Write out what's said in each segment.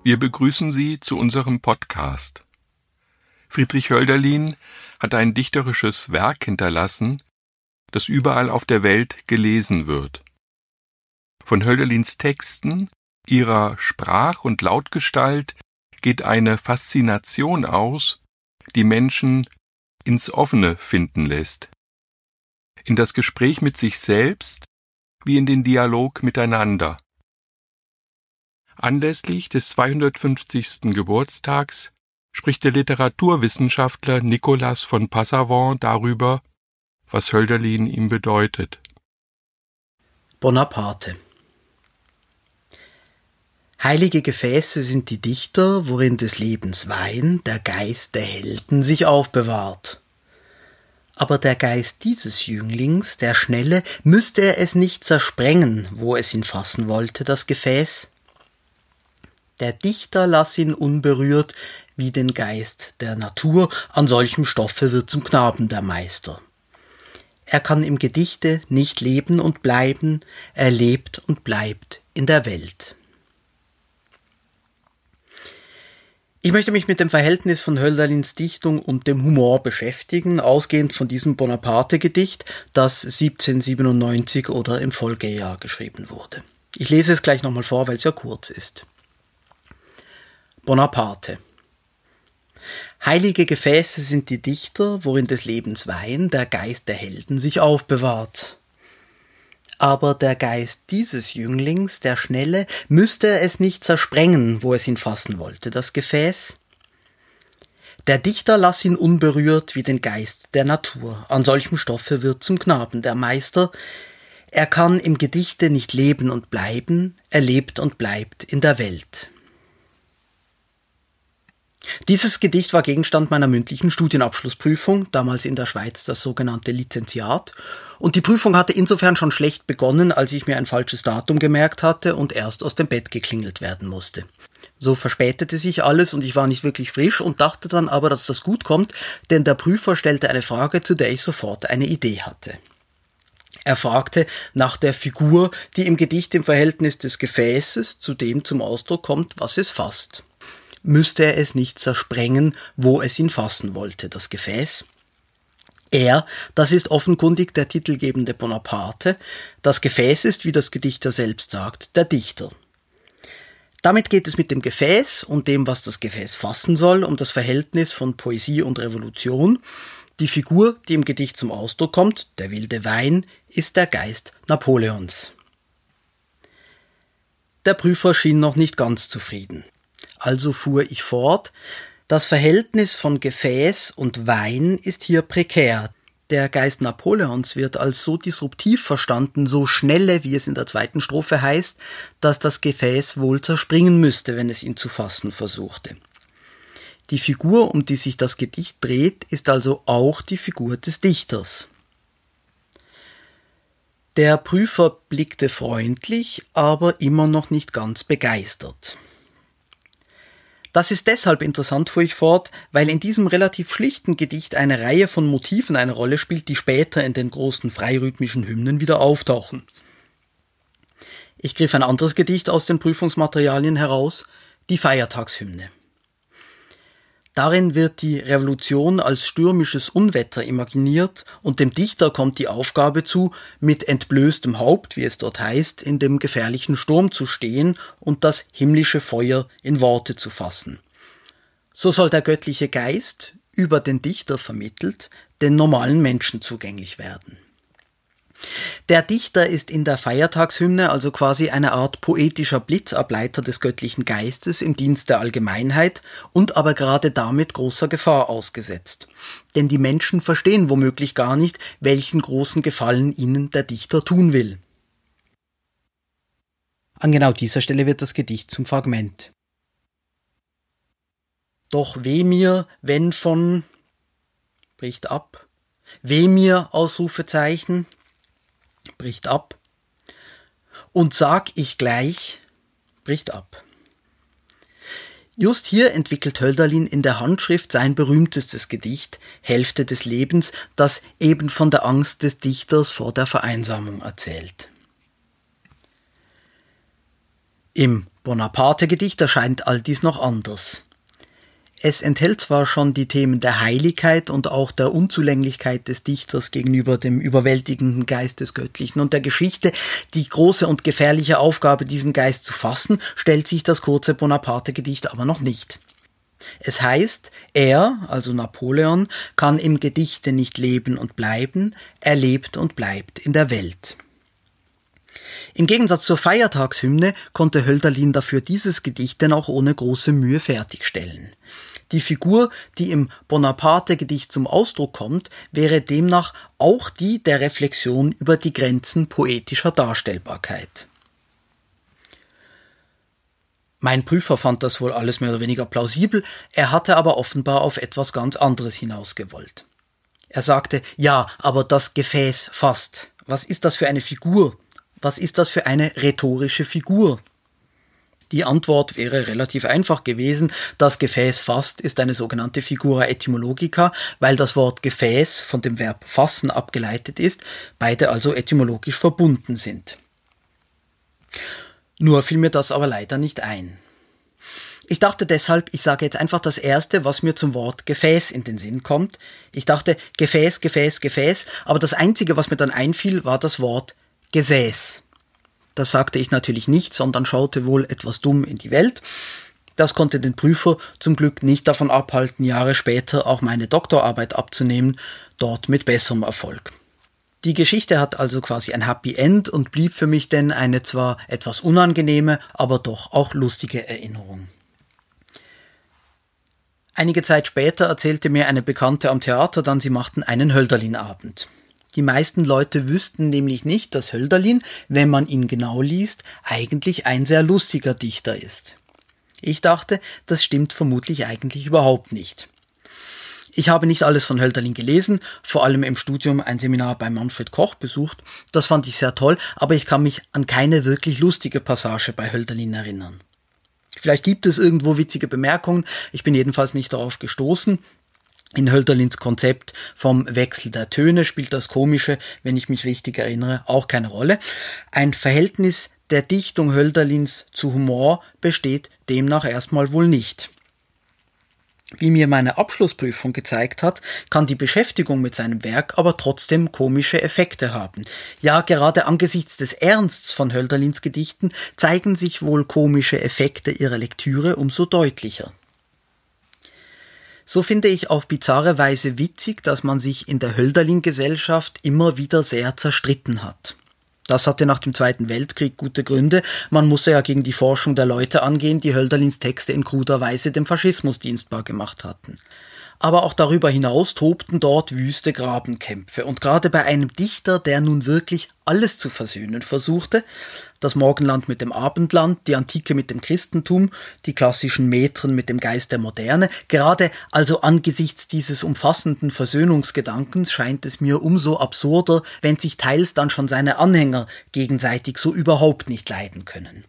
Wir begrüßen Sie zu unserem Podcast. Friedrich Hölderlin hat ein dichterisches Werk hinterlassen, das überall auf der Welt gelesen wird. Von Hölderlins Texten, ihrer Sprach- und Lautgestalt geht eine Faszination aus, die Menschen ins Offene finden lässt. In das Gespräch mit sich selbst wie in den Dialog miteinander. Anlässlich des 250. Geburtstags spricht der Literaturwissenschaftler Nicolas von Passavant darüber, was Hölderlin ihm bedeutet. Bonaparte. Heilige Gefäße sind die Dichter, worin des Lebens Wein der Geist der Helden sich aufbewahrt. Aber der Geist dieses Jünglings, der Schnelle, müsste er es nicht zersprengen, wo es ihn fassen wollte, das Gefäß. Der Dichter lass ihn unberührt, wie den Geist der Natur, an solchem Stoffe wird zum Knaben der Meister. Er kann im Gedichte nicht leben und bleiben, er lebt und bleibt in der Welt. Ich möchte mich mit dem Verhältnis von Hölderlins Dichtung und dem Humor beschäftigen, ausgehend von diesem Bonaparte-Gedicht, das 1797 oder im Folgejahr geschrieben wurde. Ich lese es gleich nochmal vor, weil es ja kurz ist. Bonaparte. Heilige Gefäße sind die Dichter, worin des Lebens Wein der Geist der Helden sich aufbewahrt. Aber der Geist dieses Jünglings, der Schnelle, müsste es nicht zersprengen, wo es ihn fassen wollte, das Gefäß. Der Dichter lass ihn unberührt wie den Geist der Natur, an solchem Stoffe wird zum Knaben der Meister. Er kann im Gedichte nicht leben und bleiben, er lebt und bleibt in der Welt. Dieses Gedicht war Gegenstand meiner mündlichen Studienabschlussprüfung, damals in der Schweiz das sogenannte Lizenziat, und die Prüfung hatte insofern schon schlecht begonnen, als ich mir ein falsches Datum gemerkt hatte und erst aus dem Bett geklingelt werden musste. So verspätete sich alles und ich war nicht wirklich frisch und dachte dann aber, dass das gut kommt, denn der Prüfer stellte eine Frage, zu der ich sofort eine Idee hatte. Er fragte nach der Figur, die im Gedicht im Verhältnis des Gefäßes zu dem zum Ausdruck kommt, was es fasst. Müsste er es nicht zersprengen, wo es ihn fassen wollte, das Gefäß? Er, das ist offenkundig der titelgebende Bonaparte, das Gefäß ist, wie das Gedicht ja selbst sagt, der Dichter. Damit geht es mit dem Gefäß und dem, was das Gefäß fassen soll, um das Verhältnis von Poesie und Revolution. Die Figur, die im Gedicht zum Ausdruck kommt, der wilde Wein, ist der Geist Napoleons. Der Prüfer schien noch nicht ganz zufrieden. Also fuhr ich fort, das Verhältnis von Gefäß und Wein ist hier prekär. Der Geist Napoleons wird als so disruptiv verstanden, so schnelle, wie es in der zweiten Strophe heißt, dass das Gefäß wohl zerspringen müsste, wenn es ihn zu fassen versuchte. Die Figur, um die sich das Gedicht dreht, ist also auch die Figur des Dichters. Der Prüfer blickte freundlich, aber immer noch nicht ganz begeistert. Das ist deshalb interessant, fuhr ich fort, weil in diesem relativ schlichten Gedicht eine Reihe von Motiven eine Rolle spielt, die später in den großen freirhythmischen Hymnen wieder auftauchen. Ich griff ein anderes Gedicht aus den Prüfungsmaterialien heraus, die Feiertagshymne. Darin wird die Revolution als stürmisches Unwetter imaginiert und dem Dichter kommt die Aufgabe zu, mit entblößtem Haupt, wie es dort heißt, in dem gefährlichen Sturm zu stehen und das himmlische Feuer in Worte zu fassen. So soll der göttliche Geist, über den Dichter vermittelt, den normalen Menschen zugänglich werden. Der Dichter ist in der Feiertagshymne also quasi eine Art poetischer Blitzableiter des göttlichen Geistes im Dienst der Allgemeinheit und aber gerade damit großer Gefahr ausgesetzt. Denn die Menschen verstehen womöglich gar nicht, welchen großen Gefallen ihnen der Dichter tun will. An genau dieser Stelle wird das Gedicht zum Fragment. Doch weh mir, wenn von... bricht ab. Weh mir, Ausrufezeichen... bricht ab. Und sag ich gleich, bricht ab. Just hier entwickelt Hölderlin in der Handschrift sein berühmtestes Gedicht, Hälfte des Lebens, das eben von der Angst des Dichters vor der Vereinsamung erzählt. Im Bonaparte-Gedicht erscheint all dies noch anders. Es enthält zwar schon die Themen der Heiligkeit und auch der Unzulänglichkeit des Dichters gegenüber dem überwältigenden Geist des Göttlichen und der Geschichte, die große und gefährliche Aufgabe, diesen Geist zu fassen, stellt sich das kurze Bonaparte-Gedicht aber noch nicht. Es heißt, er, also Napoleon, kann im Gedichte nicht leben und bleiben, er lebt und bleibt in der Welt. Im Gegensatz zur Feiertagshymne konnte Hölderlin dafür dieses Gedicht denn auch ohne große Mühe fertigstellen. Die Figur, die im Bonaparte-Gedicht zum Ausdruck kommt, wäre demnach auch die der Reflexion über die Grenzen poetischer Darstellbarkeit. Mein Prüfer fand das wohl alles mehr oder weniger plausibel, er hatte aber offenbar auf etwas ganz anderes hinausgewollt. Er sagte, ja, aber das Gefäß fasst. Was ist das für eine Figur? Was ist das für eine rhetorische Figur? Die Antwort wäre relativ einfach gewesen. Das Gefäß fasst ist eine sogenannte Figura etymologica, weil das Wort Gefäß von dem Verb fassen abgeleitet ist, beide also etymologisch verbunden sind. Nur fiel mir das aber leider nicht ein. Ich dachte deshalb, ich sage jetzt einfach das Erste, was mir zum Wort Gefäß in den Sinn kommt. Ich dachte Gefäß, Gefäß, Gefäß, aber das Einzige, was mir dann einfiel, war das Wort Gesäß. Das sagte ich natürlich nicht, sondern schaute wohl etwas dumm in die Welt. Das konnte den Prüfer zum Glück nicht davon abhalten, Jahre später auch meine Doktorarbeit abzunehmen, dort mit besserem Erfolg. Die Geschichte hat also quasi ein Happy End und blieb für mich denn eine zwar etwas unangenehme, aber doch auch lustige Erinnerung. Einige Zeit später erzählte mir eine Bekannte am Theater dann, sie machten einen Hölderlin-Abend. Die meisten Leute wüssten nämlich nicht, dass Hölderlin, wenn man ihn genau liest, eigentlich ein sehr lustiger Dichter ist. Ich dachte, das stimmt vermutlich eigentlich überhaupt nicht. Ich habe nicht alles von Hölderlin gelesen, vor allem im Studium ein Seminar bei Manfred Koch besucht. Das fand ich sehr toll, aber ich kann mich an keine wirklich lustige Passage bei Hölderlin erinnern. Vielleicht gibt es irgendwo witzige Bemerkungen, ich bin jedenfalls nicht darauf gestoßen. In Hölderlins Konzept vom Wechsel der Töne spielt das Komische, wenn ich mich richtig erinnere, auch keine Rolle. Ein Verhältnis der Dichtung Hölderlins zu Humor besteht demnach erstmal wohl nicht. Wie mir meine Abschlussprüfung gezeigt hat, kann die Beschäftigung mit seinem Werk aber trotzdem komische Effekte haben. Ja, gerade angesichts des Ernsts von Hölderlins Gedichten zeigen sich wohl komische Effekte ihrer Lektüre umso deutlicher. So finde ich auf bizarre Weise witzig, dass man sich in der Hölderlin-Gesellschaft immer wieder sehr zerstritten hat. Das hatte nach dem Zweiten Weltkrieg gute Gründe. Man musste ja gegen die Forschung der Leute angehen, die Hölderlins Texte in kruder Weise dem Faschismus dienstbar gemacht hatten. Aber auch darüber hinaus tobten dort wüste Grabenkämpfe. Und gerade bei einem Dichter, der nun wirklich alles zu versöhnen versuchte, das Morgenland mit dem Abendland, die Antike mit dem Christentum, die klassischen Metren mit dem Geist der Moderne, gerade also angesichts dieses umfassenden Versöhnungsgedankens scheint es mir umso absurder, wenn sich teils dann schon seine Anhänger gegenseitig so überhaupt nicht leiden können.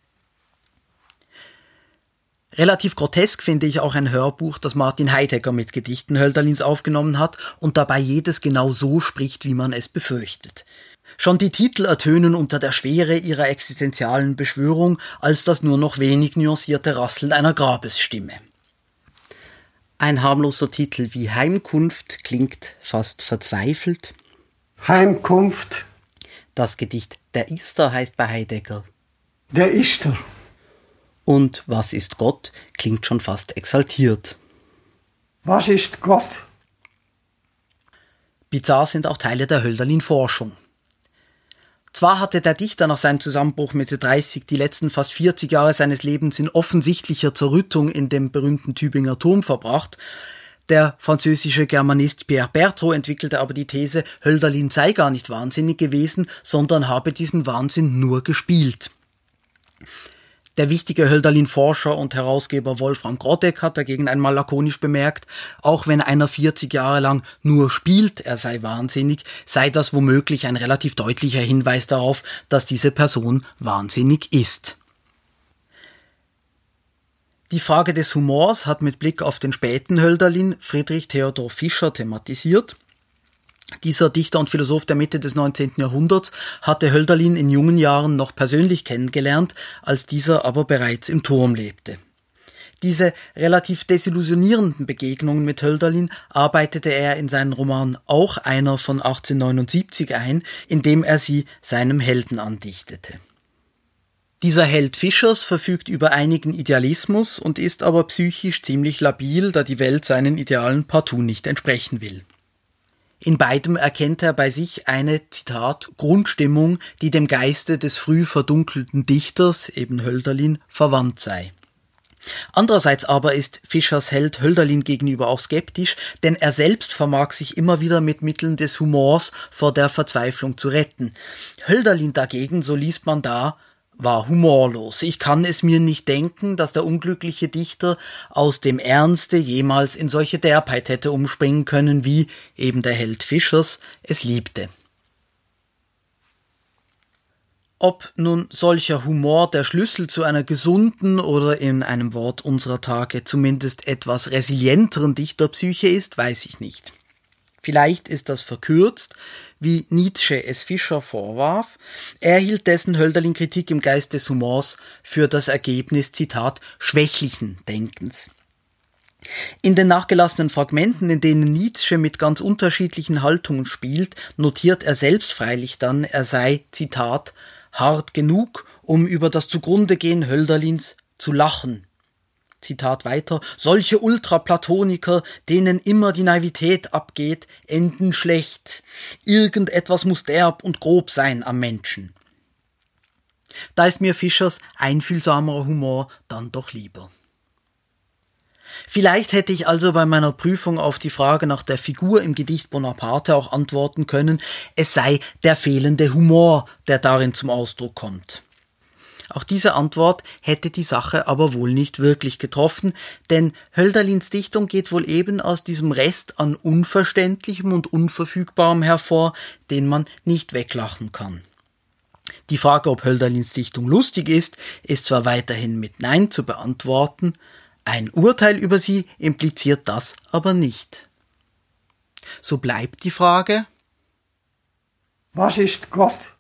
Relativ grotesk finde ich auch ein Hörbuch, das Martin Heidegger mit Gedichten Hölderlins aufgenommen hat und dabei jedes genau so spricht, wie man es befürchtet. Schon die Titel ertönen unter der Schwere ihrer existenzialen Beschwörung als das nur noch wenig nuancierte Rasseln einer Grabesstimme. Ein harmloser Titel wie Heimkunft klingt fast verzweifelt. Heimkunft. Das Gedicht Der Ister heißt bei Heidegger. Der Ister. Und Was ist Gott klingt schon fast exaltiert. Was ist Gott? Bizarr sind auch Teile der Hölderlin-Forschung. Zwar hatte der Dichter nach seinem Zusammenbruch Mitte 30 die letzten fast 40 Jahre seines Lebens in offensichtlicher Zerrüttung in dem berühmten Tübinger Turm verbracht. Der französische Germanist Pierre Berthaud entwickelte aber die These, Hölderlin sei gar nicht wahnsinnig gewesen, sondern habe diesen Wahnsinn nur gespielt. Der wichtige Hölderlin-Forscher und Herausgeber Wolfram Groddeck hat dagegen einmal lakonisch bemerkt, auch wenn einer 40 Jahre lang nur spielt, er sei wahnsinnig, sei das womöglich ein relativ deutlicher Hinweis darauf, dass diese Person wahnsinnig ist. Die Frage des Humors hat mit Blick auf den späten Hölderlin Friedrich Theodor Fischer thematisiert. Dieser Dichter und Philosoph der Mitte des 19. Jahrhunderts hatte Hölderlin in jungen Jahren noch persönlich kennengelernt, als dieser aber bereits im Turm lebte. Diese relativ desillusionierenden Begegnungen mit Hölderlin arbeitete er in seinen Roman Auch einer von 1879 ein, indem er sie seinem Helden andichtete. Dieser Held Fischers verfügt über einigen Idealismus und ist aber psychisch ziemlich labil, da die Welt seinen Idealen partout nicht entsprechen will. In beidem erkennt er bei sich eine, Zitat, Grundstimmung, die dem Geiste des früh verdunkelten Dichters, eben Hölderlin, verwandt sei. Andererseits aber ist Fischers Held Hölderlin gegenüber auch skeptisch, denn er selbst vermag sich immer wieder mit Mitteln des Humors vor der Verzweiflung zu retten. Hölderlin dagegen, so liest man da, war humorlos. Ich kann es mir nicht denken, dass der unglückliche Dichter aus dem Ernste jemals in solche Derbheit hätte umspringen können, wie eben der Held Fischers es liebte. Ob nun solcher Humor der Schlüssel zu einer gesunden oder in einem Wort unserer Tage zumindest etwas resilienteren Dichterpsyche ist, weiß ich nicht. Vielleicht ist das verkürzt, wie Nietzsche es Fischer vorwarf. Er hielt dessen Hölderlin-Kritik im Geist des Humors für das Ergebnis, Zitat, schwächlichen Denkens. In den nachgelassenen Fragmenten, in denen Nietzsche mit ganz unterschiedlichen Haltungen spielt, notiert er selbst freilich dann, er sei, Zitat, hart genug, um über das Zugrundegehen Hölderlins zu lachen. Zitat weiter, solche Ultraplatoniker, denen immer die Naivität abgeht, enden schlecht. Irgendetwas muss derb und grob sein am Menschen. Da ist mir Fischers einfühlsamerer Humor dann doch lieber. Vielleicht hätte ich also bei meiner Prüfung auf die Frage nach der Figur im Gedicht Bonaparte auch antworten können, es sei der fehlende Humor, der darin zum Ausdruck kommt. Auch diese Antwort hätte die Sache aber wohl nicht wirklich getroffen, denn Hölderlins Dichtung geht wohl eben aus diesem Rest an Unverständlichem und Unverfügbarem hervor, den man nicht weglachen kann. Die Frage, ob Hölderlins Dichtung lustig ist zwar weiterhin mit Nein zu beantworten, ein Urteil über sie impliziert das aber nicht. So bleibt die Frage: Was ist Gott?